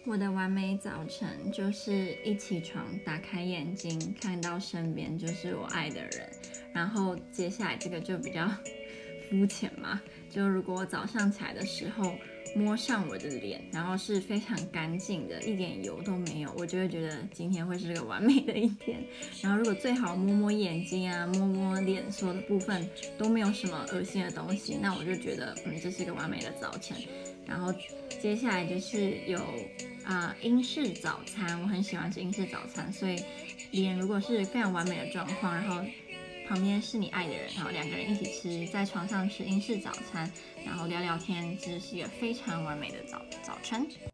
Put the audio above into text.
我的完美早晨就是一起床，打开眼睛，看到身边就是我爱的人，然后接下来这个就比较肤浅嘛，就如果我早上起来的时候摸上我的脸，然后是非常干净的，一点油都没有，我就会觉得今天会是个完美的一天。然后如果最好摸摸眼睛啊，摸摸脸，所有的部分都没有什么恶心的东西，那我就觉得这是一个完美的早晨。然后接下来就是有英式早餐，我很喜欢吃英式早餐，所以脸如果是非常完美的状况，然后旁边是你爱的人，然后两个人一起吃，在床上吃英式早餐，然后聊聊天，这是一个非常完美的早晨。